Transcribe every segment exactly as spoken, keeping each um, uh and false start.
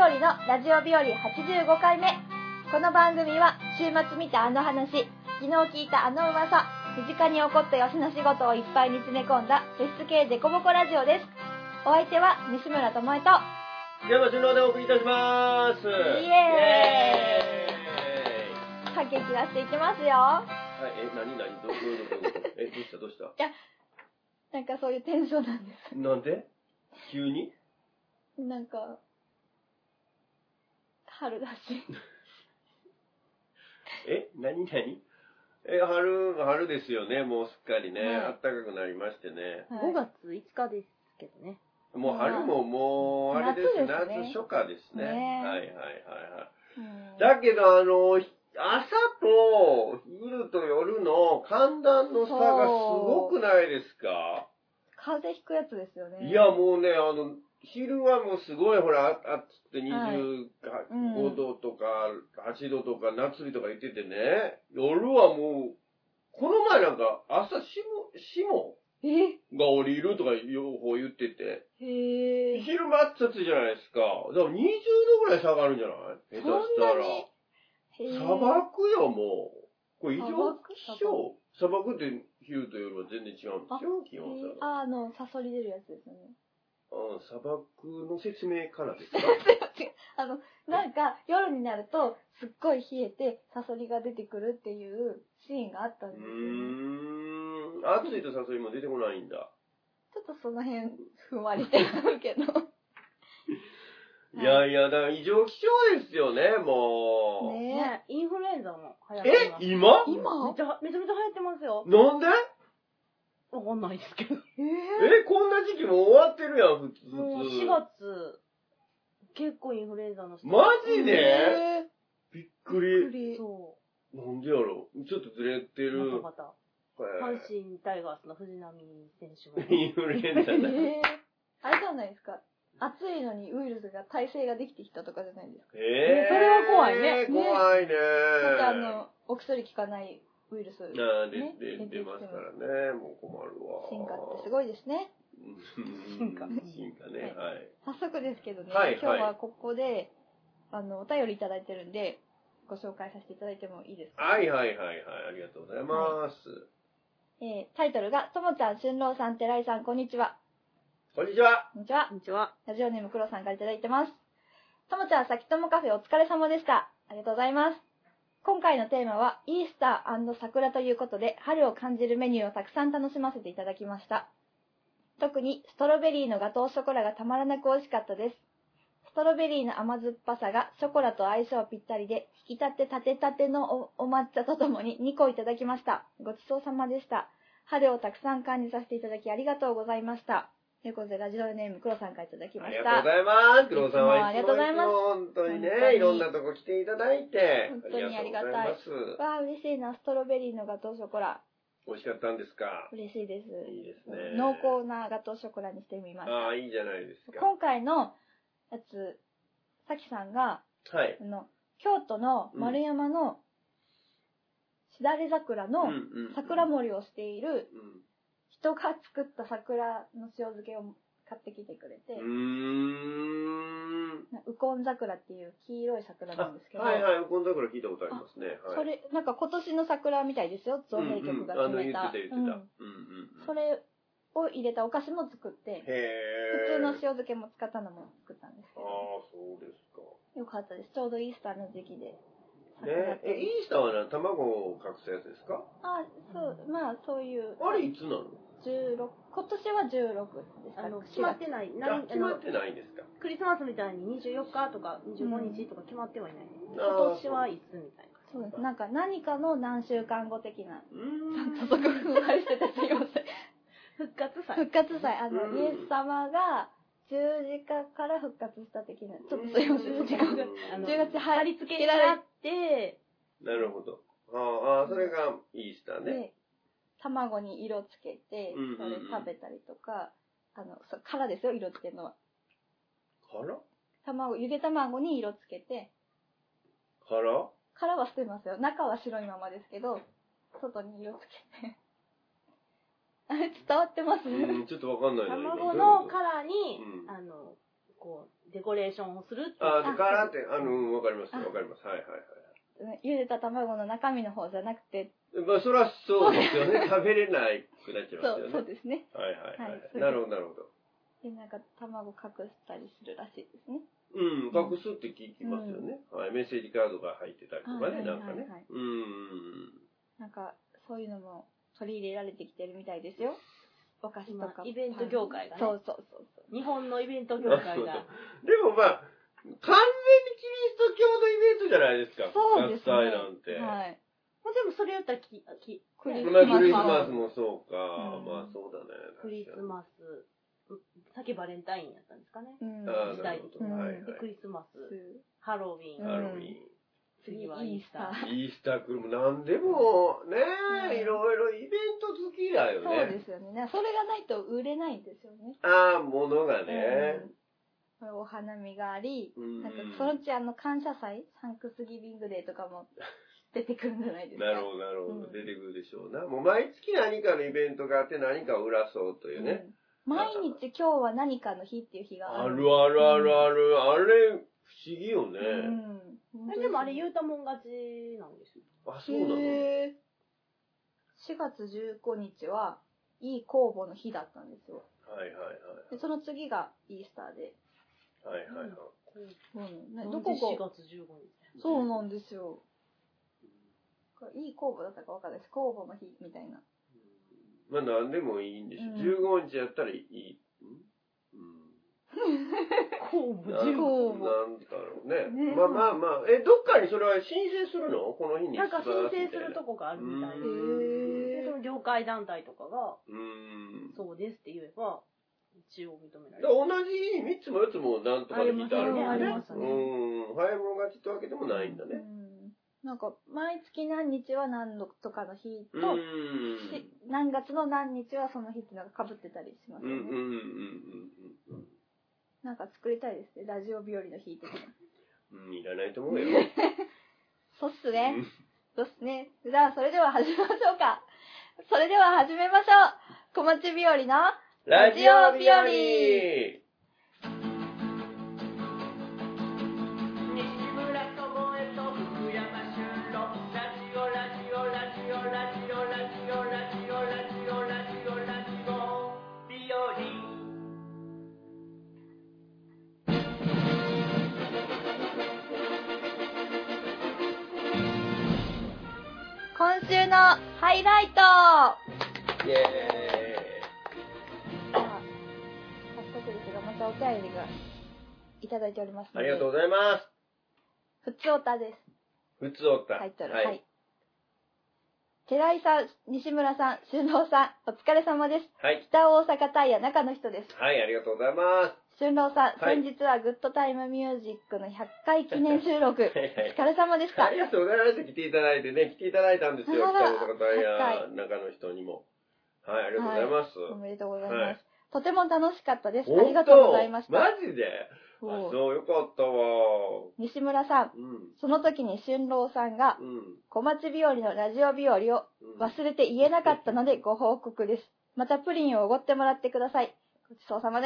和のラジオ日和はちじゅうごかいめ。この番組は週末見たあの話、昨日聞いたあの噂、身近に起こった吉の仕事をいっぱいに詰め込んだ物質系デコボコラジオです。お相手は西村智恵と山俊郎でお送りいたします。イエーイ。駆け切らしていきますよ。 はい、え、なになにどういうことえ、どうしたどうしたいや、なんかそういうテンションなんです。 なんで急になんか、春だし。 え、なになにえ、春、春ですよね、もうすっかりね。 はい、 暖かくなりましてね。 はい、ごがついつかですけどね。 もう春ももう、あれです、夏、 夏ですね、 夏初夏ですね。 ね、 はいはいはいはい。だけど、あの、朝と昼と夜の寒暖の差がすごくないですか？ 風邪ひくやつですよね。 いや、もうね、あの、昼はもうすごい、ほら、あってにじゅうごどとかはちどとか夏日とか言っててね、夜はもう、この前なんか朝霜が降りるとか予報言ってて、 へー、 昼間暑いじゃないですか。だからにじゅうどぐらい下がるんじゃない？下手したら。砂漠よ、もう。これ異常気象。砂漠って昼と夜は全然違うんですよ、気温差が。 あ、あの、サソリ出るやつですよね。 あ、砂漠の説明からですか？ あの、なんか、夜になると、すっごい冷えて、サソリが出てくるっていうシーンがあったんですよね。うーん。暑いとサソリも出てこないんだ。 ちょっとその辺、ふんわりしてるけど。 いやいや、だから異常気象ですよね、もう。ねえ、インフルエンザも流行ってます。 え、今今めちゃめちゃ流行ってますよ。 なんで？ わかんないですけど。 えー、 え、こんな時期もう終わってるやん、普通。 もうしがつ、結構インフルエンザの人。 マジで？ えー、びっくり。 びっくり。 そう。 なんでやろう。ちょっとずれてる。 またまた。阪神タイガースの藤浪選手も。 インフルエンザだ。 えー、あれじゃないですか。暑いのにウイルスが耐性ができてきたとかじゃないですか。 えー、 それは怖いね。 怖いね。 またあの、お薬効かないウイルス、ね。 あで、で、出ますからね。もう困るわ。 進化ってすごいですね。 進化。 進化ね、はい。 早速ですけどね、 はい、 今日はここで、あの、お便りいただいてるんで、ご紹介させていただいてもいいですか？ はいはいはいはい、ありがとうございます。はい、えー、タイトルが、ともちゃん、しゅんろうさん、寺井さん、こんにちは。 こんにちは。 こんにちは。 こんにちは。 ラジオネーム黒さんからいただいてます。ともちゃん、さきともカフェお疲れ様でした。ありがとうございます。今回のテーマは、イースター&桜ということで、春を感じるメニューをたくさん楽しませていただきました。特に、ストロベリーのガトーショコラがたまらなく美味しかったです。ストロベリーの甘酸っぱさがショコラと相性ぴったりで、引き立てたてたての お, お抹茶とともににこいただきました。ごちそうさまでした。春をたくさん感じさせていただきありがとうございました。ということで、ラジオネーム黒さんからいただきました。 ありがとうございます。黒さんはいつもありがとうございます。 本当にね、いろんなとこ来ていただいて。 本当にありがたい。 ありがとうございます。 わあ、嬉しいな。ストロベリーのガトーショコラ。 美味しかったんですか？ 嬉しいです。 いいですね。 濃厚なガトーショコラにしてみました。 ああ、いいじゃないですか。 今回のやつ、さきさんが、 はい、 あの京都の丸山のしだれ桜の桜盛りをしている人が作った桜の塩漬けを買ってきてくれて、うーん、ウコン桜っていう黄色い桜なんですけど、 はいはい、ウコン桜聞いたことありますね。はい、 それなんか今年の桜みたいですよ。造幣局が決めた。それを入れたお菓子も作って、普通の塩漬けも使ったのも作ったんですけど。 ああ、そうですか。 よかったです。ちょうどイースターの時期で。 ねえ、イースターはね、卵を隠すやつですか？ あ、そう、まあそういう。 あれいつなの？ じゅうろく、今年はじゅうろくですか？ あの、決まってない。 何決まってないんですか？ クリスマスみたいににじゅうよっかとかにじゅうごにちとか決まってはいない。 うん、 今年はいつみたいな。 そうです。なんか何かの何週間後的な。うーん。ちょっとふんわりしててすいません。 復活祭。 復活祭。あの、イエス様が十字架から復活した的な。ちょっとすいません。時間が。じゅうがつ貼り付けられて。 なるほど。ああ、それがイースターね。 で、卵に色つけて、それ食べたりとか、あの、そう、殻ですよ、色つけるのは。 殻？ 卵、ゆで卵に色つけて。 殻？ 殻は捨てますよ。中は白いままですけど、外に色つけて。あれ伝わってます？ うん、ちょっとわかんないな。 卵の殻に、うん、あの、 こう、デコレーションをするって。 ああ、カラーって、あの、わかります、わかります。はいはいはい。 茹でた卵の中身の方じゃなくて。 まあ、それはそうですよね。食べれないくなっちゃいますよね。 そう、そうですね。 はいはいはい。なるほど、なるほど。 で、なんか卵隠したりするらしいですね。 うん、隠すって聞きますよね。はい、メッセージカードが入ってたりとかね、なんかね。うん。 なんか、そういうのも取り入れられてきてるみたいですよ。お菓子とか。 イベント業界がね。 そうそうそうそう。 日本のイベント業界が。 でもまあ、完全にキリスト教のイベントじゃないですか。 そうですね。 合祭なんて。 はい。 まあでもそれやったらき、き、 クリスマス。まあクリスマスもそうか。うん、まあそうだね。 クリスマス。さっきバレンタインやったんですかね。 うん、時代的に。 はいはい、で、クリスマス、ハロウィン。 ハロウィン。 次はイースター。 イースター来るもなんでもね、うん、いろいろイベント好きだよね。 そうですよね。それがないと売れないんですよね。 ああ、ものがね。 うん、お花見があり、うん、なんかそのうちあの感謝祭、サンクスギビングデーとかも出てくるんじゃないですか。 なるほど、なるほど、うん。出てくるでしょうな。もう毎月何かのイベントがあって何かを売らそうというね。 うん、毎日今日は何かの日っていう日がある。 あるあるあるある。うん、あれ、不思議よね。 うん、でもあれ言うたもん勝ちなんですよ。 あ、そうなの？へしがつじゅうごにちはいい酵母の日だったんですよ。 はいはいはい。 でその次がイースターで。 はいはいはい。 うんね、どこがしがつじゅうごにち？ そうなんですよ。いい酵母だったかわかんないです。酵母の日みたいな。 まあ何でもいいんでしょ。うん、じゅうごにちやったらいい。 酵母、 じゅうごにち。なんだろうね。ねまあまあまあ、え、どっかにそれは申請するの？この日に。 なんか申請するとこがあるみたいで。で、その業界団体とかが、そうですって言えば、一応認められる。 同じ日にみっつもよっつもなんとかで聞いてあるもんね。 ありますね。 うん。早い者勝ちってわけでもないんだね。 なんか、毎月何日は何度とかの日と、何月の何日はその日っていうのが被ってたりしますよね。なんか作りたいですね。ラジオ日和の日的な。 うん、いらないと思うよ。 そうっすね。そうっすね。じゃあ、それでは始めましょうか。それでは始めましょう。小町日和のラジオ日和。 今週のハイライト。 イエーイ。 早速ですが、またお便りがいただいておりますので。 ありがとうございます。 ふつおたです。 ふつおた。 タイトル。はい。はい、寺井さん、西村さん、俊郎さん、お疲れ様です。 はい。 北大阪タイヤ中の人です。 はい、ありがとうございます。 俊郎さん、はい、先日はグッドタイムミュージックのひゃっかい記念収録、はいはい、お疲れ様でした。 ありがとうございました。来ていただいてね、来ていただいたんですよ。北大阪タイヤ中の人にも。はい、ありがとうございます。はい、 おめでとうございます。はい、とても楽しかったです。ありがとうございました。 マジで？あ、そう、よかったわ。 西村さん、うん、その時に俊郎さんが、うん、小町日和のラジオ日和を忘れて言えなかったのでご報告です。またプリンをおごってもらってください。ごちそうさまです。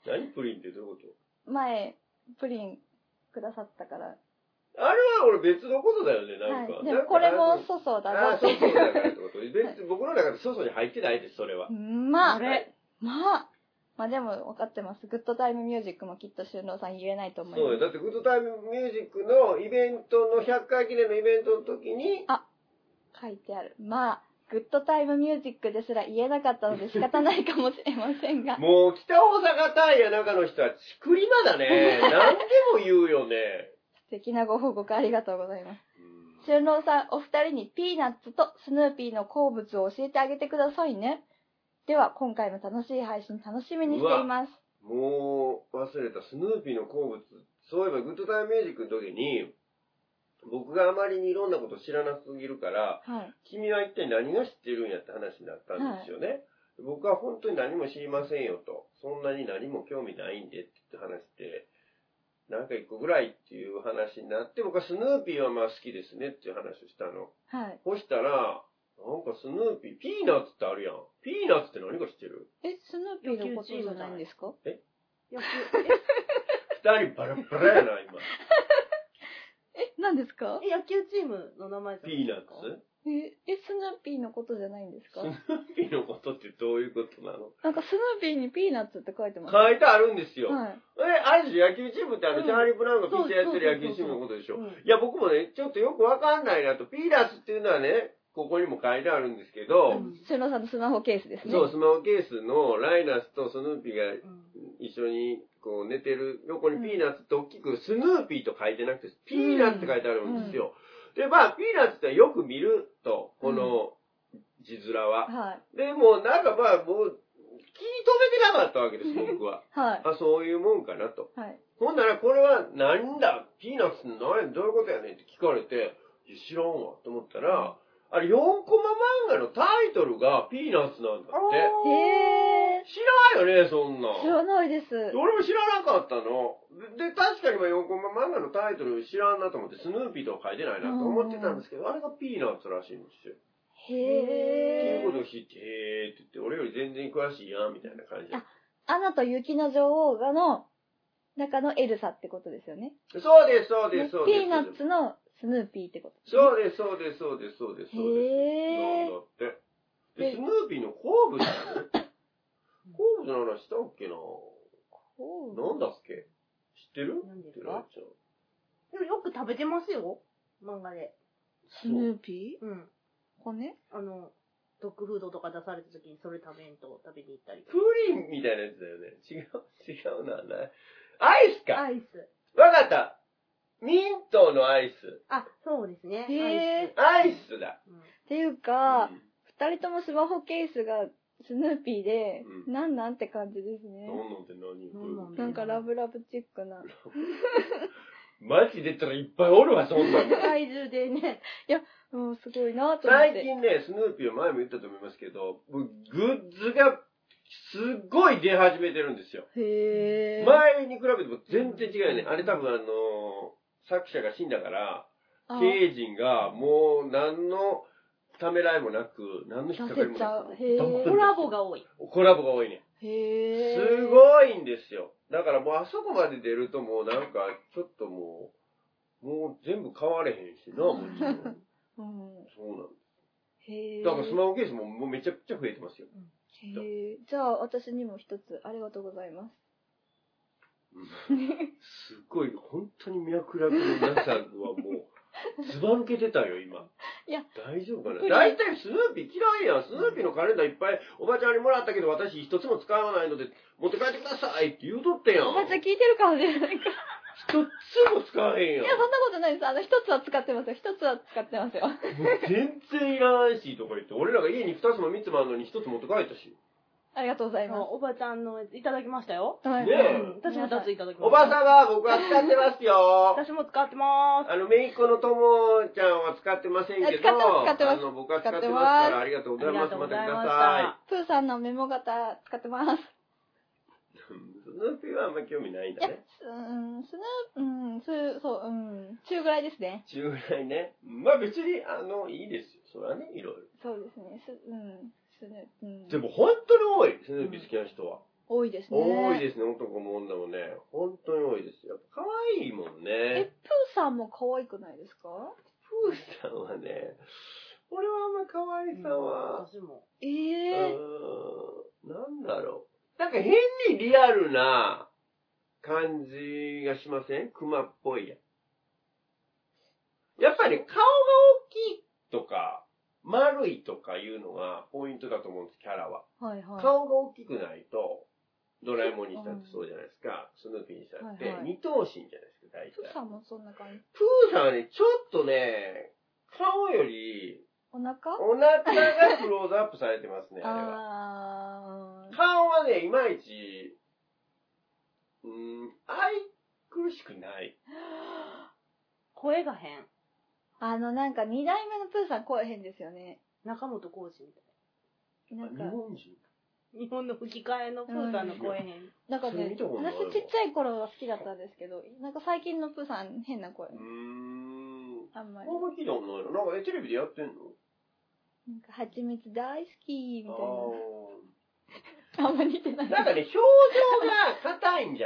何プリンってどういうこと？ 前、プリンくださったから。 あれは俺別のことだよね、なんか。 はい、でもこれも粗相だぞっていう。 あ、粗相だからってこと。別に僕の中で粗相に入ってないです、それは。 まあ、まあ、まあでも分かってます。グッドタイムミュージックもきっと俊郎さん言えないと思います。 そうよ。だってグッドタイムミュージックのイベントのひゃっかい記念のイベントの時に。 あ、書いてある。まあ、グッドタイムミュージックですら言えなかったので仕方ないかもしれませんが。 もう北大阪タイヤ中の人はちくりまだね。何でも言うよね。 素敵なご報告ありがとうございます。俊郎さん、お二人にピーナッツとスヌーピーの好物を教えてあげてくださいね。では、今回も楽しい配信楽しみにしています。 もう、忘れた。スヌーピーの好物。そういえば、グッドタイムミュージックの時に、僕があまりにいろんなこと知らなすぎるから、はい、君は一体何が知ってるんやって話になったんですよね。はい、僕は本当に何も知りませんよと。そんなに何も興味ないんでって話して、なんか一個ぐらいっていう話になって、僕はスヌーピーはまあ好きですねっていう話をしたの。はい。そしたら、なんかスヌーピー、ピーナッツってあるやん。ピーナッツって何か知ってる？ え、スヌーピーのことじゃないんですか？ え？ 野球、 人バラバラやな、今。 え、何ですか？ え、野球チームの名前じゃないピーナッですか？ ツえ、え、スヌーピーのことじゃないんですか？ スヌーピーのことってどういうことなの？ なんかスヌーピーにピーナッツって書いてます。 書いてあるんですよ。 はい。 え、あれでしょ、野球チームってあの、 うんチャーリー・ブラウンがピッチャーやってる野球チームのことでしょ。いや、僕もね、ちょっとよくわかんないなと。ピーナッツっていうのはね、ここにも書いてあるんですけど、 シュノさんのスマホケースですね。 そう、スマホケースのライナスとスヌーピーが一緒にこう寝てる横にピーナッツって大きくスヌーピーと書いてなくて、ピーナッツって書いてあるんですよ。で、まあ、ピーナッツってよく見ると、この字面は。 はい。 で、もうなんかまあ、もう、気に留めてなかったわけです、僕は。 はい。 あ、そういうもんかなと。 はい。 ほんなら、これは何だピーナッツ何どういうことやねんって聞かれて、いや知らんわと思ったら、あれよんコマ漫画のタイトルがピーナッツなんだって。 へー。 知らんよね、そんなん。 知らないです。 俺も知らなかったの。で、で確かによんコマ漫画のタイトル知らんなと思って、スヌーピーとか書いてないなと思ってたんですけど、あれがピーナッツらしいんですよ。 へー。 っていうことを知って、へーって言って、俺より全然詳しいやん、みたいな感じで。 あ、アナと雪の女王がの中のエルサってことですよね。 そうです、そうです、そうです。 ピーナッツのスヌーピーってことですね。そうです、そうです、そうです、そうです。 へー。 なんだって。で、スヌーピーの好物だね。好物の話したっけななんだっけ知ってる？ 何ですか？でもよく食べてますよ、漫画で。 スヌーピー？うん。 骨？ あの、ドッグフードとか出された時にそれ食べんと食べに行ったりとか。 プリンみたいなやつだよね。違う、違うな。アイスか。 アイス。 わかった。ミントのアイス。 あ、そうですね。 へー。 アイスだ。 うん、っていうか、二、うん、人ともスマホケースがスヌーピーで、うん、なんなんって感じですね。 なんなんて何？ なんかラブラブチックな。 マジ出たらいっぱいおるわ、そんなの。 世界中でね。 いや、もうすごいなと思って。 最近ね、スヌーピーは前も言ったと思いますけど、グッズがすっごい出始めてるんですよ。 へー。 前に比べても全然違うよね。あれ多分あの、作者が死んだから、経営陣がもう何のためらいもなく、何の引っかかりもなく。 コラボが多い。 コラボが多いね。 へー。 すごいんですよ。だからもうあそこまで出るともうなんか、ちょっともう、もう全部買われへんしな、もちろん。うん、そうなんです。へー。だからスマホケースももうめちゃくちゃ増えてますよ。 へー。じゃあ私にも一つありがとうございます。 すっごい、本当に脈絡のなさはもう、ずば抜けてたよ、今。 いや、 大丈夫かな。大体スヌーピー嫌いやん。スヌーピーのカレンダーいっぱいおばちゃんにもらったけど、私一つも使わないので、持って帰ってくださいって言うとってやん。 おばちゃん聞いてるかもしれないから。 一つも使わへんやん。 いや、そんなことないです。あの、一つは使ってますよ。一つは使ってますよ。 もう全然いらないし、とか言って。俺らが家に二つも三つもあるのに一つ持って帰ったし。 ありがとうございます。 おばちゃんのいただきましたよ。 はい。ねえ。 私も二ついただきました。 おばさま、僕は使ってますよ。 私も使ってます。 あの、めいっ子のともちゃんは使ってませんけど、 使ってます、使ってます。 あの、僕は使ってますから、ありがとうございます。またください。プーさんのメモ型使ってます。 スヌーピーはあんま興味ないんだね。 うん、スヌー、うん、ス、そう、うん、中ぐらいですね。 中ぐらいね。まあ別に、あの、いいですよ。それはね、いろいろ。 そうですね。す、うん。スヌー、うん。 でも本当に多い、スヌーピー好きな人は。 うん、多いですね。 多いですね、男も女もね。本当に多いですよ。可愛いもんね。 え、プーさんも可愛くないですか？ プーさんはね、俺はあんま可愛さは。 私も。 ええー。 うーん、なんだろう。なんか変にリアルな感じがしません？クマっぽいや。やっぱり顔が大きいとか、丸いとかいうのがポイントだと思うんです、キャラは。 はいはい。 顔が大きくないと、ドラえもんにしたってそうじゃないですか。スヌーピーにしたって、はいはい、二頭身じゃないですか、大体。 プーさんもそんな感じ。 プーさんはね、ちょっとね、顔より、 お腹お腹がクローズアップされてますね、あれは。 あ顔はね、いまいち、うーん、愛くるしくない。 声が変。 あの、なんか、二代目のプーさん声変ですよね。 中本浩二みたいな。なんか日本人日本の吹き替えのプーさんの声変。 なんかね、私ちっちゃい頃は好きだったんですけど、なんか最近のプーさん変な声。うーん。 あんまり。 あんま聞いたことないの？なんか、え、テレビでやってんの？ なんか、蜂蜜大好きみたいな。あんま似てない。 なんかね、表情が硬いんじゃない？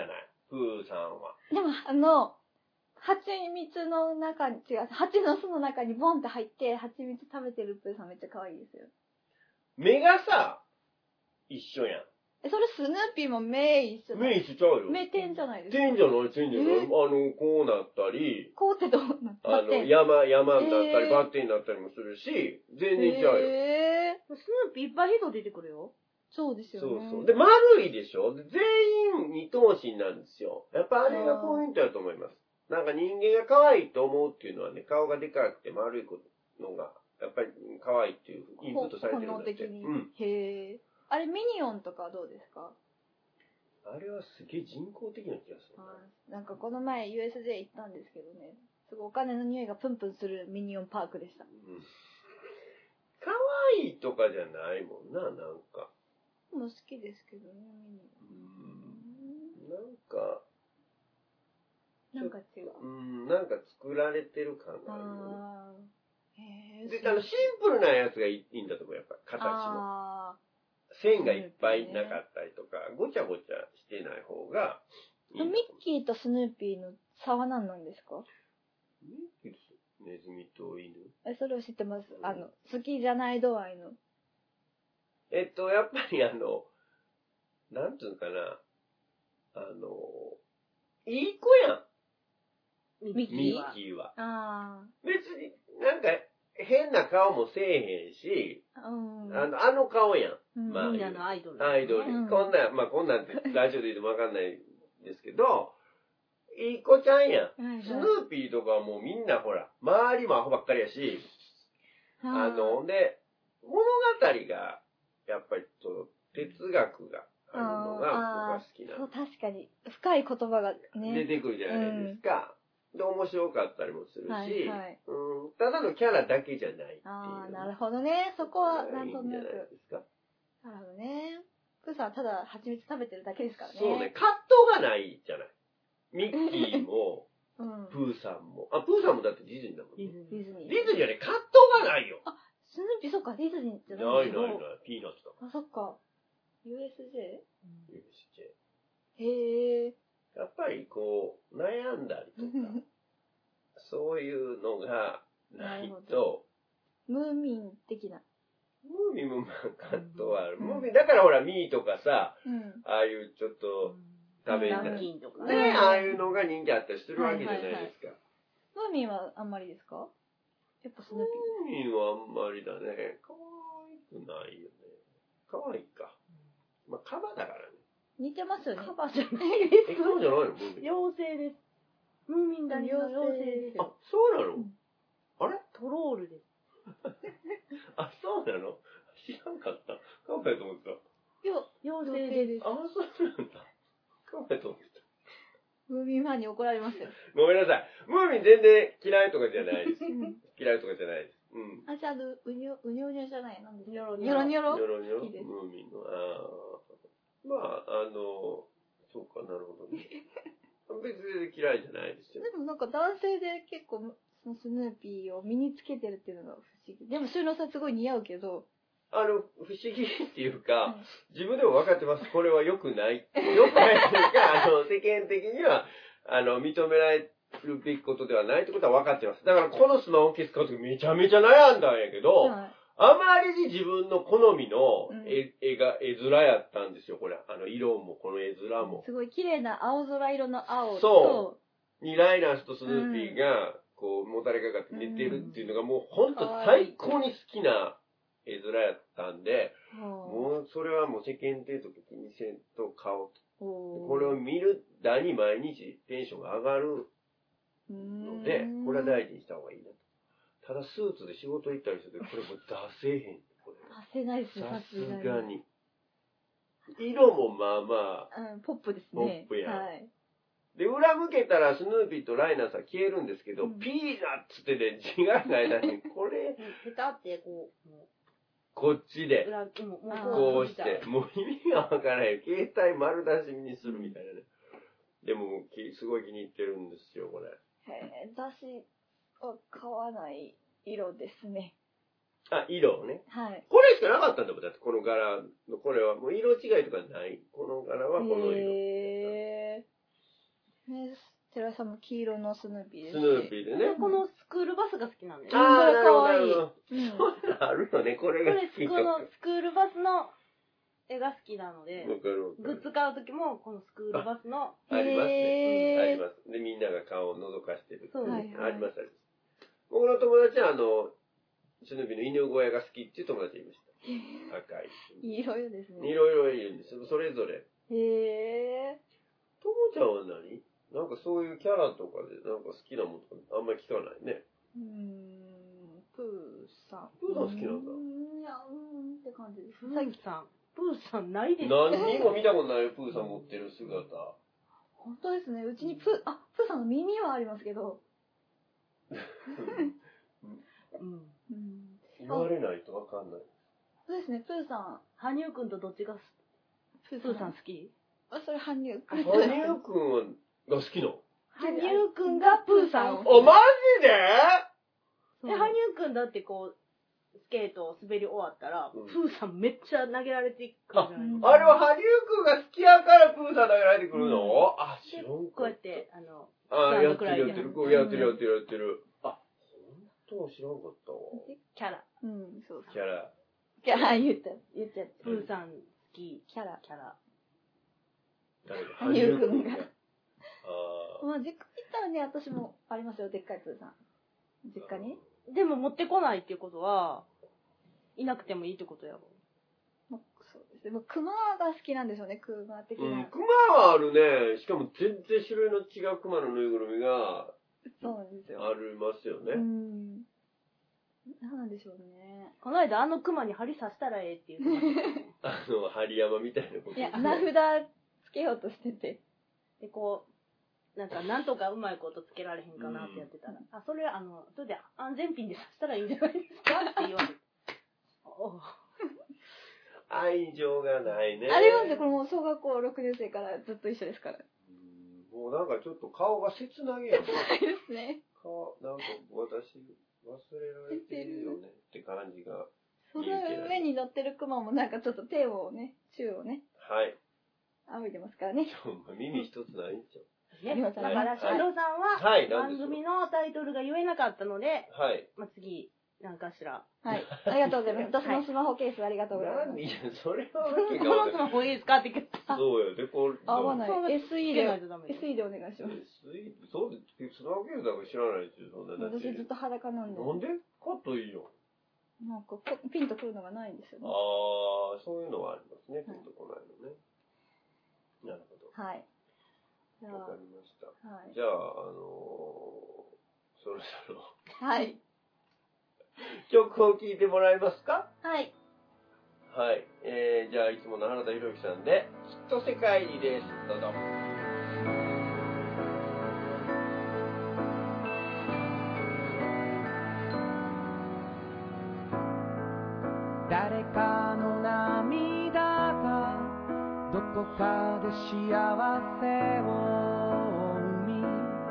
プーさんは。 でも、あの、蜂蜜の中に、違う、蜂の巣の中にボンって入って、蜂蜜食べてるプーさんめっちゃ可愛いですよ。 目がさ、一緒やん。 え、それスヌーピーも目一緒だ。 目一緒ちゃうよ。 目点じゃないですか。 点じゃない、点じゃない。あの、こうなったり、 こうってどうなったあの、山、山になったり、 えーバッテンになったりもするし、全然ちゃうよ。 えー、 スヌーピーいっぱい人出てくるよ。 そうですよね。 そうそう。で、丸いでしょ。で全員二頭身なんですよ。やっぱあれがポイントだと思います。なんか人間が可愛いと思うっていうのはね、顔がでかくて丸いのが、やっぱり可愛いっていうインプットされてるんだって。 本能的に。 うん。 へえ。あれミニオンとかはどうですか？ あれはすげえ人工的な気がするな。 なんかこの前 ユーエスジェー 行ったんですけどね、すごいお金の匂いがプンプンするミニオンパークでした。うん。 可愛いとかじゃないもんな、なんか。 もう好きですけどね、ミニオン。なんか、 なんか違う。 うん、なんか作られてる感があるよね。 あー。へー。 で、あの、シンプルなやつがいいんだと思う、やっぱ、形の。 あー。 線がいっぱいなかったりとか、ごちゃごちゃしてない方がいい。 ミッキーとスヌーピーの差は何なんですか？ ミッキーとネズミと犬。 え、それを知ってます。あの、好きじゃない度合いの。 えっと、やっぱりあの、なんていうのかな、あの、いい子やん。 ミッキーは。 ミッキーは。 あ別に、なんか、変な顔もせえへんし、 うん、 あの、あの顔やん。 うん、 まあ、 みんなのアイドル。 アイドル。 うん、 こんなん、まあこんなんってラジオで言ってもわかんないですけど、いい子ちゃんやん。 はいはい、 スヌーピーとかはもうみんなほら、周りもアホばっかりやし、あの、で、物語が、やっぱりその、哲学があるのが僕は好きなの。 そう、確かに。深い言葉がね。 出てくるじゃないですか。うん、で、面白かったりもするし、 はいはい、 うん、ただのキャラだけじゃないっていう。 ああ、なるほどね。そこは、なんとなく。 いいんじゃないですか。 なるほどね。プーさんはただ蜂蜜食べてるだけですからね。 そうね、葛藤がないじゃない。ミッキーも、うん、プーさんも。あ、プーさんもだってディズニーだもんね。 ディズニー。 ディズニーはね、葛藤がないよ。 あ、スヌーピー、そっか、ディズニーじゃないないない、ピーナッツだ。 あ、そっか。ユーエスジェー？ ユーエスジェへー。 え。 やっぱりこう、悩んだりとか、そういうのがないと。 ムーミン的な。 ムーミンもまあ葛藤はある。うん、ムーミン、だからほら、ミーとかさ、うん、ああいうちょっと食べたい。とかね、ああいうのが人気あったりするわけじゃないですか。 ムーミンはあんまりですか？やっぱスヌーピー。ムーミンはあんまりだね。可愛くないよね。可愛いか。まあ、カバだからね。 似てますよね。 カバじゃないです。 え、カバじゃないの？ムーミン。 妖精です。ムーミン谷の妖精ですよ。 あ、そうなの？うん、あれ？ トロールです。 あ、そうなの？知らんかった。カバやと思ってた。 いや、妖精です。 あ、そうなんだ。カバやと思ってた。 ムーミンファンに怒られますよ。 ごめんなさい。ムーミン全然嫌いとかじゃないです。嫌いとかじゃないです。うん。 あ、じゃあ、うにょ、うにょうにょじゃない。なんですか？ ニョロニョロニョロニョロニョロムーミンの。ああ。まあ、あの、そうかなるほどね。別に嫌いじゃないですよ。 でもなんか男性で結構、そのスヌーピーを身につけてるっていうのが不思議。でも、収納さんすごい似合うけど。 あの、不思議っていうか、自分でも分かってます。これは良くない。良くないっていうか、あの、世間的には、あの、認められるべきことではないってことは分かってます。だから、このスマホケース買うときめちゃめちゃ悩んだんやけど、はい、あまりに自分の好みの絵、うん、絵が、絵面やったんですよ、これ。あの、色も、この絵面も。 すごい綺麗な青空色の青と。 そう。にライナスとスヌーピーが、こう、もたれかかって寝てるっていうのが、もう、ほんと最高に好きな絵面やったんで、もう、それはもう世間体とか気にせんと買おうと。これを見るだに毎日テンションが上がるので、これは大事にした方がいいなと。ただスーツで仕事行ったりすると、これもう出せへん。これ出せないですね、 さすがに。色もまあまあ、うん、ポップですね。ポップやん。 はい。 で、裏向けたらスヌーピーとライナスは消えるんですけど、うん、ピーナッツってね、字がない間に、これ。 ペタってこう、 こっちで、 裏もうこうして、もう意味がわからない。携帯丸出しにするみたいなね。でも、すごい気に入ってるんですよ、これ。 へぇ、私は買わない色ですね。 あ、色をね。 はい。 これしかなかったんだもん。だってこの柄の、これはもう色違いとかない。この柄はこの色。 へさんも黄色のスヌーピーです。 スヌーピーでね。 このスクールバスが好きなんですよ。 ああ、かわいい。 うん。あるよね、これが好き。 これ、このスクールバスの絵が好きなので、 わかるわかる。 グッズ買うときも、このスクールバスの。 ありますね。あへーります。で、みんなが顔を覗かしてる。 そう。 あります、あります。僕の友達は、あの、スヌーピーの犬小屋が好きっていう友達がいました。赤い。 いろいろですね。 いろいろいるんですよ。それぞれ。 へえ。 ともちゃんは何なんかそういうキャラとかで、なんか好きなものとかあんまり聞かないね。 うーん、プーさん。 プーさん好きなんだ。 うーん、いや、うーんって感じです。 プーさん。プーさんないです何にも見たことないよ、プーさん持ってる姿。 本当ですね。うちにプー、あ、プーさんの耳はありますけど。 うん。 うん。 言われないとわかんない。 そうですね、プーさん。 羽生くんとどっちがプーさん好き？ あ、それ羽生くん。 羽生くんが好きなの？ 羽生くんがプーさんを。 お、マジで？ で、羽生くんだってこう、スケートを滑り終わったら、 うん、 プーさんめっちゃ投げられてくるじゃないですか。 あれは羽生くんが好きやからプーさん投げられてくるの？うん、あ、知らんか。 こうやって、あの、 あ、やってるやってる、こうやってるやってるやってる。あ、本当知らんかったわ。 キャラ。 うん、そうそう。 キャラ。 キャラ言った、言っちゃった。 プーさん好き。 キャラ。 キャラ。 羽生くんが。 ああ。 まあ、実家行ったらね、私もありますよ、でっかいプーさん。実家に。 でも持ってこないっていうことは、いなくてもいいってことやろ。 まあ、そうですね。熊が好きなんですよね、熊的な。 うん、熊はあるね。しかも全然種類の違う熊のぬいぐるみが、 そうなんですよ。 ありますよね。 うん。なんなんでしょうね。 この間あの熊に針刺したらええって言ってましたね。 あの、針山みたいなこと。 いや、名札つけようとしてて。 で、こう、なんか、なんとかうまいことつけられへんかなってやってたら、うん、あ、それは、あの、それで安全ピンで刺したらいいんじゃないですかって言われて。 愛情がないね。 ありますよ、これもう小学校ろくねん生からずっと一緒ですから。 うん、もうなんかちょっと顔が切なげやん。 切ないですね。 顔、なんか私、忘れられてるよねって感じが。 その上に乗ってるクマもなんかちょっと手をね、宙をね。 はい。 仰いでますからね。 耳一つないんちゃう。 ね、だから、シャドウさんは、 はい、 番組のタイトルが言えなかったので、 はい。 まあ、次、なんかしら。 はい。ありがとうございます。私のスマホケースありがとうございます。 いや、それはわけがわかんない。このスマホいいですかって言って。 そうよ、で、こう。 合わない。エスイー で、エスイー でお願いします。 エスイー、そうです。スマホケースだから知らないですよ、そんな。 私ずっと裸なんで。 なんでカットいいよ。 なんか、ピンとくるのがないんですよね。 ああ、そういうのはありますね。ピンとこないのね。なるほど。 はい。 わかりました。 はい、 じゃあ、あのー、そろそろ。 はい。 曲を聴いてもらえますか？ はい。 はい。えー、じゃあ、いつもの原田博之さんで、きっと世界にです。どうぞ。 誰かの涙がどこかで幸せを生み、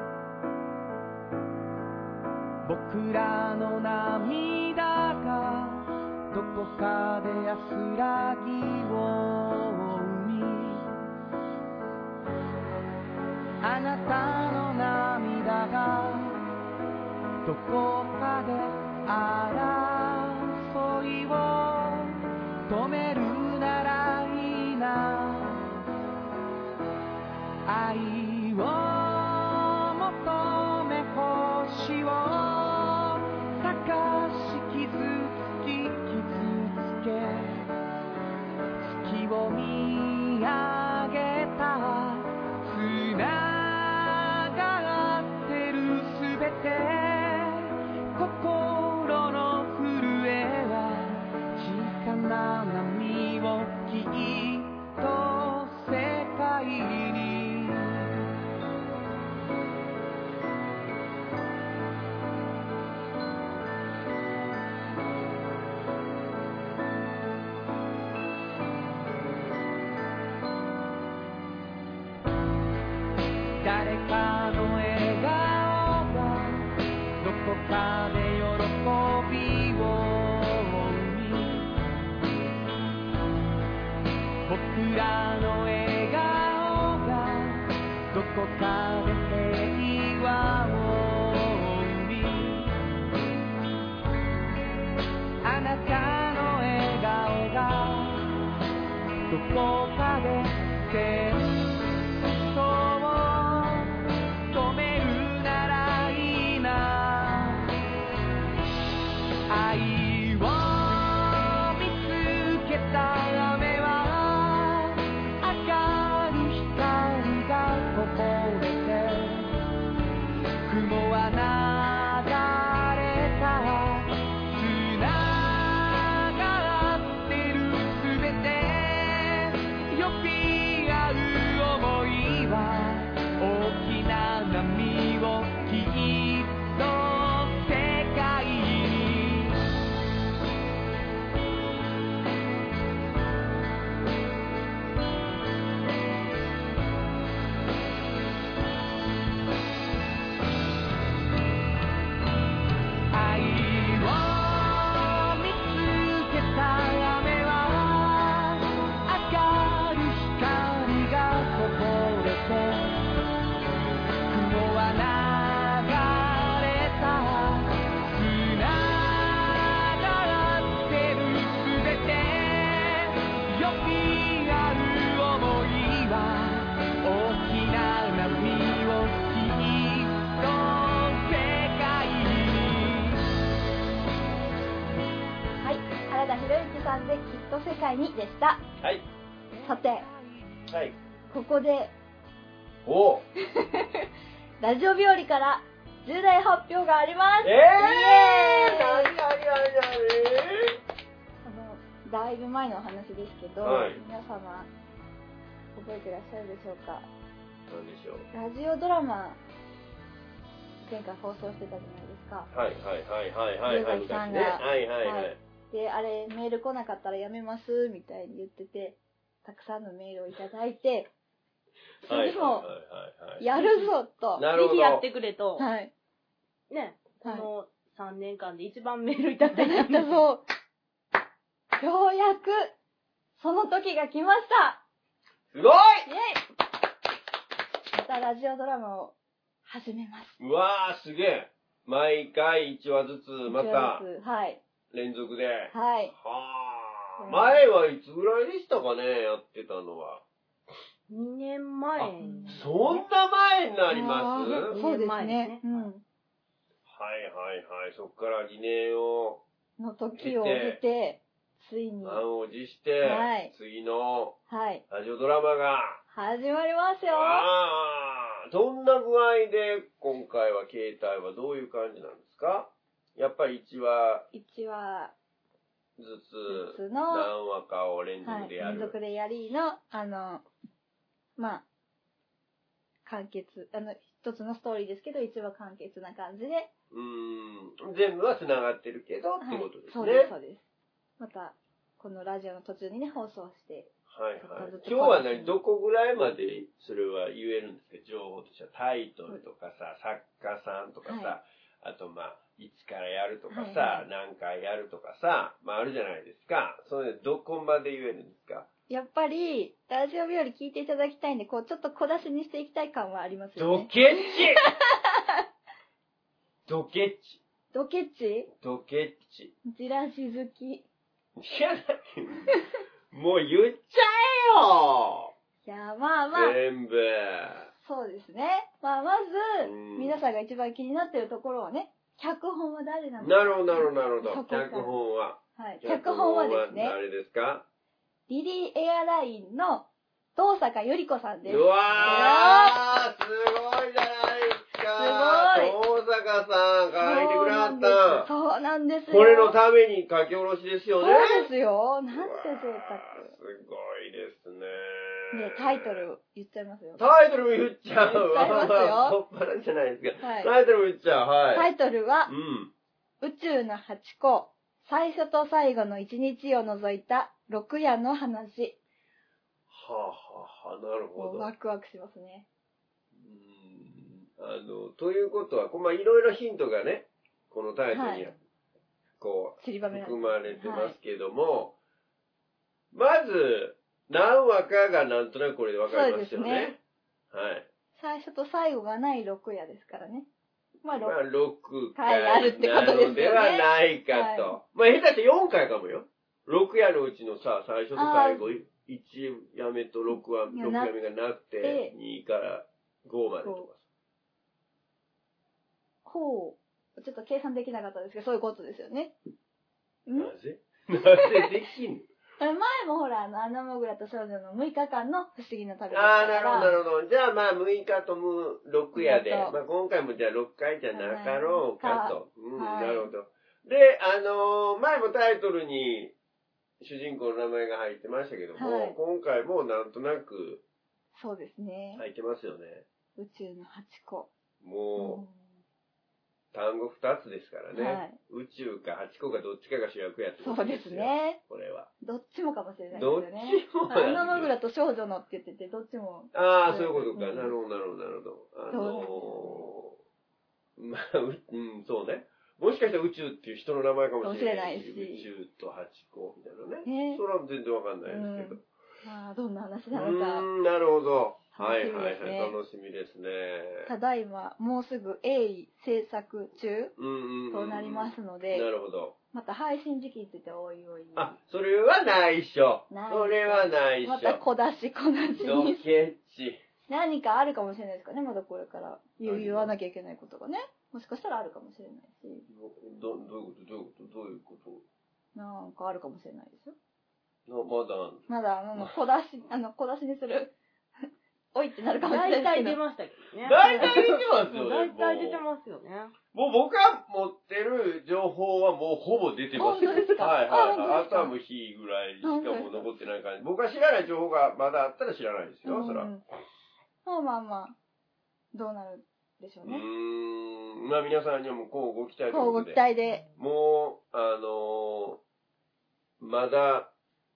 僕らの涙がどこかで安らぎを生み、あなたの涙がどこかで争いを止めるならいいな、愛を求め星を探し傷つき傷つけ、月を見上げたつながってるすべて、心の震えは小さな波をきっと世界に、誰かの笑顔がどこかで喜びを生み、僕らの笑顔がどこかで平会にでした。 はい。 さて、 はい。 ここで、 おラジオ日和から重大発表があります。 えー、なになになになにあの、だいぶ前の話ですけど、はい、皆様、覚えてらっしゃるでしょうか。 何でしょう。 ラジオドラマ、前回放送してたじゃないですか。 はいはいはいはいはいはい。 龍崎さんが、 ね、はいはいはい。はい、 で、あれ、メール来なかったらやめます、みたいに言ってて、たくさんのメールをいただいて、それも、やるぞと。 ぜひやってくれと。 はい。 ね、このさんねんかんで一番メールいただいたんだそう。ようやく、その時が来ました。 すごい！ イェイ！またラジオドラマを始めます。 うわー、すげえ。毎回いちわずつ、また、 はい。 連続で。 はい。 はー。前はいつぐらいでしたかね、やってたのは。 にねんまえ。 そんな前になります？ そうですね。うん。はいはいはい。そっからにねんを。 の時を経て、ついに。 満を持して、はい、次の、 はい。 ラジオドラマが。 始まりますよ。 ああ。どんな具合で、今回は携帯はどういう感じなんですか？やっぱりいちわ。 いちわ。 ずつ、何話かを連続でやる。はい、 連続でやりの、あの、まあ、完結、あの、一つのストーリーですけど、一話完結な感じで。 うーん。全部は繋がってるけど、はい、ってことですね。 そうです、そうです。また、このラジオの途中にね、放送して。 はいはい。今日は何、どこぐらいまでそれは言えるんですか？情報としては。タイトルとかさ、作家さんとかさ、はい、あとまあ、いつからやるとかさ、はいはい、何回やるとかさ、まああるじゃないですか。それでどこまで言えるんですか？ やっぱり、ラジオ日和聞いていただきたいんで、こう、ちょっと小出しにしていきたい感はありますよね。 ドケッチドケッチドケッチドケッチ。 じらし好き。いや、もう言っちゃえよ。 いや、まあまあ。 全部。 そうですね。まあ、まず、皆さんが一番気になっているところはね、脚本は誰なのか。 なるほど、なるほど、なるほど。脚本は。 はい。脚本はですね。 誰ですか？ リリーエアラインの東坂由里子さんです。 うわー、すごいじゃないですか。すごい。東坂さん、書いてくれはった。 そうなんですよ。 これのために書き下ろしですよね。 そうですよ。なんて贅沢。 すごいですね。 ね、タイトル言っちゃいますよ。 タイトルも言っちゃう。 言っちゃいますよ。 太っ腹じゃないですか。はい、タイトルも言っちゃう。はい。 タイトルは、 うん、 宇宙のハチ公、最初と最後の一日を除いた六夜の話。 はあはあはあ、なるほど。 ワクワクしますね。 うーん。あの、ということは、まあ、いろいろヒントがね、このタイトルには、こう、 散りばめ含まれてますけども、はい、まず、何話かがなんとなくこれでわかりますよね。そうですね。はい。 最初と最後がない六夜ですからね。まあ、 まあ、ろっかいあるってことですよね。 ではないかと。はい、まあ、下手してよんかいかもよ。ろく夜のうちのさ、最初と最後、いち夜目とろく夜目がなって、にからごまでとかさ。 ほう。ちょっと計算できなかったですけど、そういうことですよね。 なぜなぜできんの？ 前もほら、あの、アナモグラと少女のむいかかんの不思議な旅だったから。 ああ、なるほど、なるほど。じゃあまあ、むいかとろく夜で、まあ今回もじゃあろっかいじゃなかろうかと。うん、はい、なるほど。で、あのー、前もタイトルに主人公の名前が入ってましたけども、はい、今回もなんとなく、 そうですね。 入ってますよね。 宇宙のはちこ。 もう、うん単語二つですからね、はい。宇宙かはちこかどっちかが主役やってことですよ。そうですね。 これは。 どっちもかもしれないですよね。 どっちも。 アナモグラと少女のって言ってて、どっちも。 ああ、そういうことか。うん、なるほど、なるほど、なるほど。あのー、まあ、うん、そうね。もしかしたら宇宙っていう人の名前かもしれないし。宇宙とはちこみたいなね。ね、それは全然わかんないですけど。 うん、ああ、どんな話なのか。 うん、なるほど。はいはいはい、楽しみですね。 ただいま、もうすぐ鋭意制作中となりますので、 なるほど。 また配信時期についておいおい。 あ、それは内緒。それは内緒。 また小出し小出しに。 ドケチ。 何かあるかもしれないですかね、まだこれから言わなきゃいけないことがね。もしかしたらあるかもしれないし。 ど、どういうことどういうことどういうことなんかあるかもしれないですよ。 のまだまだ、あの、小出し、あの、小出しにする。おいってなるかもしれないですけど。 大体出ましたけどね。 大体出てますよね。 大体出てますよね。 もう僕が持ってる情報はもうほぼ出てますよ。 本当ですか？ はいはいはい。 あ、 あとはもう日ぐらいしかもう残ってない感じ。僕が知らない情報がまだあったら知らないですよ、そら。 まあまあまあ、どうなるでしょううね。 ーん。まあ皆さんにはもうこうご期待というこうご期ことで。 待で。 もう、あのー、まだ、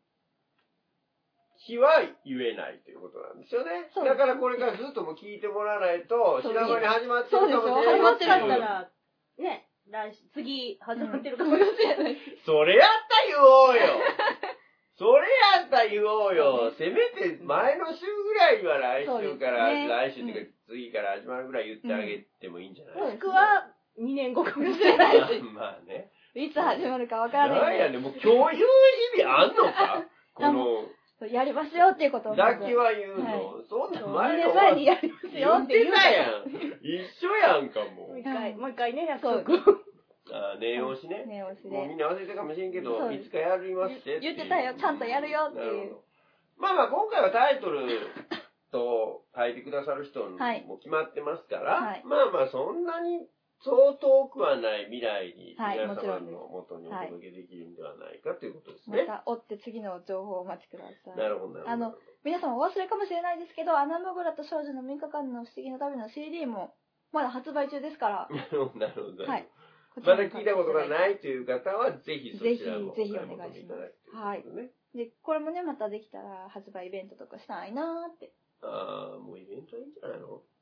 日は言えないということなんですよね。 そうですだからこれからずっともう聞いてもらわないと、 そう品間に始まってるかもしれそうない。 でしょ始まってるだったら、ね、来週、次始まってるかもしれない。 それやったら言おうよ。それやったら言おうよ。せめて前の週ぐらいは来週から、 そうですね来週っていうか次から始まるぐらい言ってあげてもいいんじゃないもですか。 しくは、にねんごかもしれないし。 まあね。 いつ始まるかわからないんで。 なんやねん、もう今日言う意味あんのかこの、 やりますよっていうことを。 だけは言うの、 はいそんな 2 前の年前にやりますよ言っててっ言うたやん。一緒やんかもう。 もう一回、もう一回ね、約そう束。 あ念押しね。 念押しもうみで。 んな忘れてるかもしれんけど、 そうですいつかやりますって言ってたよ、ちゃんとやるよっていう。 なるほど。まあまあ今回はタイトルと書いてくださる人はいも決まってますから、 はいまあまあそんなにそう遠くはない未来にはい皆様もちろんですの元にお届けできるんではないかということですね。 また追って次の情報をお待ちください。 なるほど、なるほど。 あの、皆さんお忘れかもしれないですけど、アナモグラと少女のみっかかんの不思議の旅の シーディー もまだ発売中ですから。 なるほど、なるほど。 はい。 まだ聞いたことがないという方は、ぜひそちらもぜひぜひお願いしますはい。ね、 で、これもね、またできたら発売イベントとかしたいなーって。 ああ、もうイベントはいいんじゃないの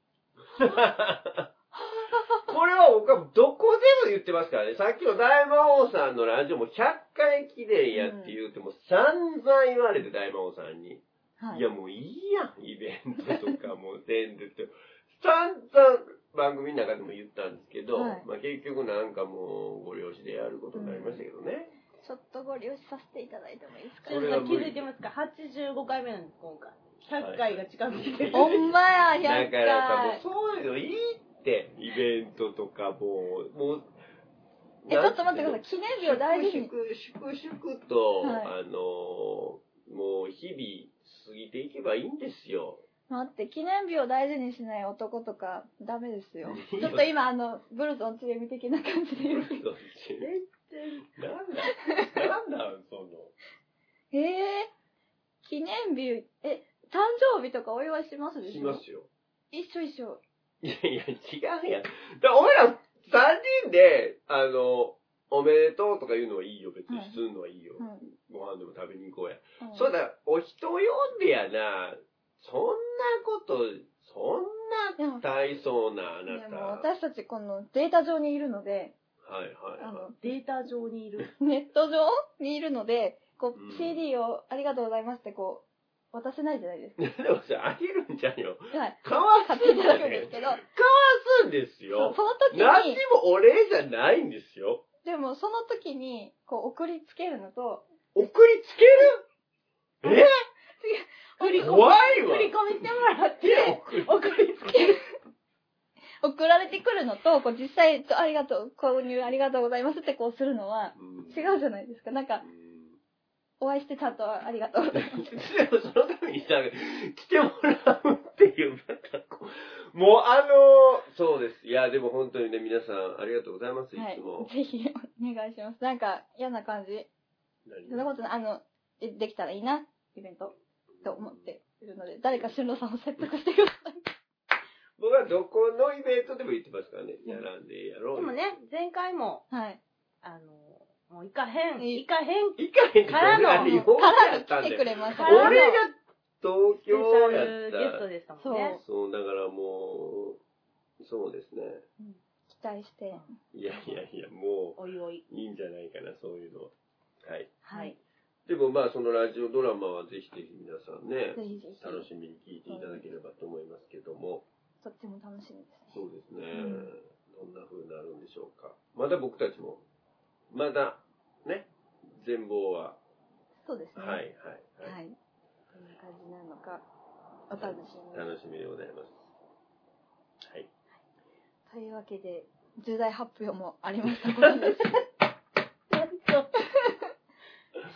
これは僕はどこでも言ってますからね。さっきの大魔王さんのラジオもひゃっかい記念やって言うても散々言われて大魔王さんに。 はい。 いやもういいやん、イベントとかもう全然って。散々番組の中でも言ったんですけど、 はい、 まあ結局なんかもうご了承でやることになりましたけどね。 うん、ちょっとご了承させていただいてもいいですか？ ちょっと気づいてますか？はちじゅうごかいめなんです、今回。ひゃっかいが近づいてる。 ほんまや、ひゃっかい。 だからさ、もうそういうのいいって、イベントとかもう、もう、 え、ちょっと待ってください。記念日を大事に。 粛々、粛々と、 はい、 あの、もう日々過ぎていけばいいんですよ。 待って、記念日を大事にしない男とかダメですよ。ちょっと今、あの、ブルゾンちえみ的な感じで言う。 ブルゾンちえみなんだなんだその。 ええー、記念日、え、誕生日とかお祝いしますでしょ？ しますよ。 一緒一緒。 いやいや、違うやん。だから俺らさんにんで、あの、おめでとうとか言うのはいいよ。別にするのはいいよ。うん、ご飯でも食べに行こうや。うん、そうだ、お人を呼んでやな。そんなこと、そんな大層なあなた。 でも私たちこのデータ上にいるので、 はいはい、はい、 あの、データ上にいる。 ネット上にいるので、こう、うん、シーディー をありがとうございますってこう、渡せないじゃないですか。 でもさ、あげるんじゃんよ。 はい。 かわすんんですけど。かわすんですよ。 その時に。 何にもお礼じゃないんですよ。 でもその時に、こう、送りつけるのと。 送りつけるえ振り込み、 怖いわ。 振り込みしてもらって、送りつける。 送られてくるのと、こう実際、ありがとう、購入ありがとうございますってこうするのは、違うじゃないですか。なんか、お会いしてちゃんとありがとうございます。 でもそのためにさ、来てもらうっていう、またこう、もうあの、そうです。いや、でも本当にね、皆さんありがとうございます、いつも。 はい、ぜひお願いします。なんか嫌な感じ。そんなことない。あの、できたらいいな、イベント。と思っているので、誰か俊郎さんを説得してください。 僕はどこのイベントでも言ってますからね。やらんでやろう。 でもね、前回も、 はい。 あの、もう行かへん、行かへん、 行かへんからの、 からの来てくれました。 俺が東京やった。 ゲストでしたもんね。 そう、だからもう、そうですね。 うん、期待して。 いやいやいや、もう、 おいおい。 いいんじゃないかな、そういうのは。はい。 はい。 でもまあそのラジオドラマはぜひぜひ皆さんね、 ぜひぜひ楽しみに聞いていただければと思いますけども。 とっても楽しみですね。 そうですね。うん、どんな風になるんでしょうか。まだ僕たちも、まだね、全貌は。 そうですね。 はいはいはい。はい、どんな感じなのか、お楽しみに。 楽しみでございます。はい。 というわけで、重大発表もありましたことです。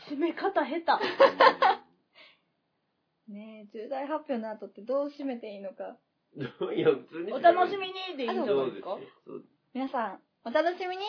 締め方下手。 ねえ、重大発表の後ってどう締めていいのか。 いや、普通に。 お楽しみにでいいんじゃないですか。 そうです。 皆さん、お楽しみに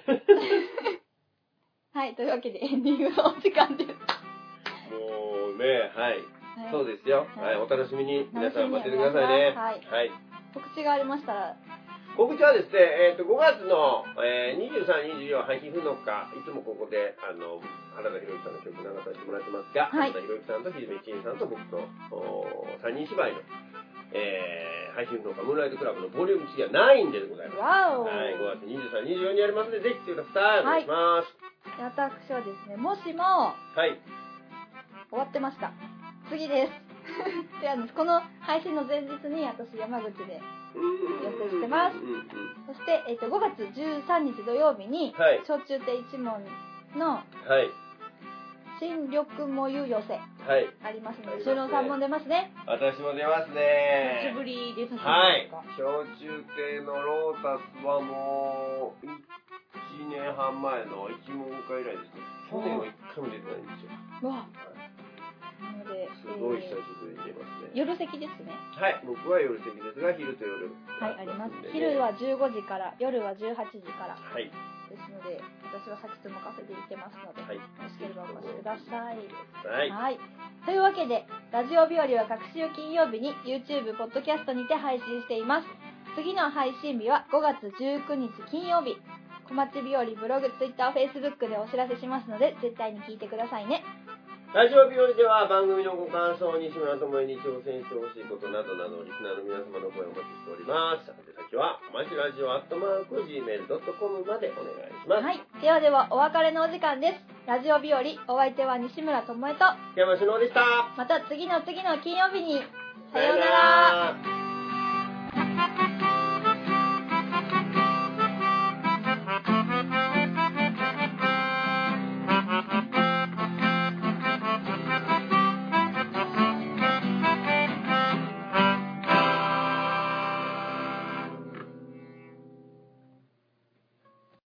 はい、というわけでエンディングのお時間です。 もうね、はい。はい、そうですよ、はい。はい、お楽しみに。皆さん待っててくださいね。 はい。はい。告知がありましたら。 告知はですね、えっと、ごがつの、えー、にじゅうさん、にじゅうよん、ハヒフノカ、いつもここで、あの、原田博之さんの曲流させてもらってますが、はい、原田博之さんとひじめちんさんと僕と、さんにん芝居の、えー、配信とかムーンライトクラブのボリュームツーがないんでございます。 わお。 はい、ごがつにじゅうさん、にじゅうよんにありますので、ぜひ来てください。お願いします。 私はですね、もしも、 はい。 終わってました。次です。では、この配信の前日に私山口で予定してます。そして、えっと、ごがつじゅうさんにち土曜日に、はい、小中亭一門の、はい。新緑もゆ寄せ、はい、ありますので、収納さんも出ますね。 私も出ますね。 久しぶりですね。 はい。小中亭のロータスはもう、いちねんはん前の一問会以来ですね。去年はいっかいも出てないんですよ。うわ。なので、すごい久しぶりに出ますね。 夜席ですね。 はい。僕は夜席ですが、昼と夜。 はい、あります。昼はじゅうごじから、夜はじゅうはちじから。 はい。 ですので、私はさきつもカフェで行ってますので、はい、よろしければお越しください。 はい。 はい。というわけで、ラジオ日和は各週金曜日に YouTube、ポッドキャストにて配信しています。次の配信日はごがつじゅうくにち金曜日。小町日和ブログ、Twitter、Facebook でお知らせしますので、絶対に聞いてくださいね。 ラジオ日和では番組のご感想、西村智恵に挑戦してほしいことなどなど、リスナーの皆様の声をお待ちしております。宛先は、おまちラジオアットマーク ジーメールドットコム までお願いします。 はい。ではでは、お別れのお時間です。ラジオ日和、お相手は西村智恵と、 山篠でした。 また次の次の金曜日に、さようなら。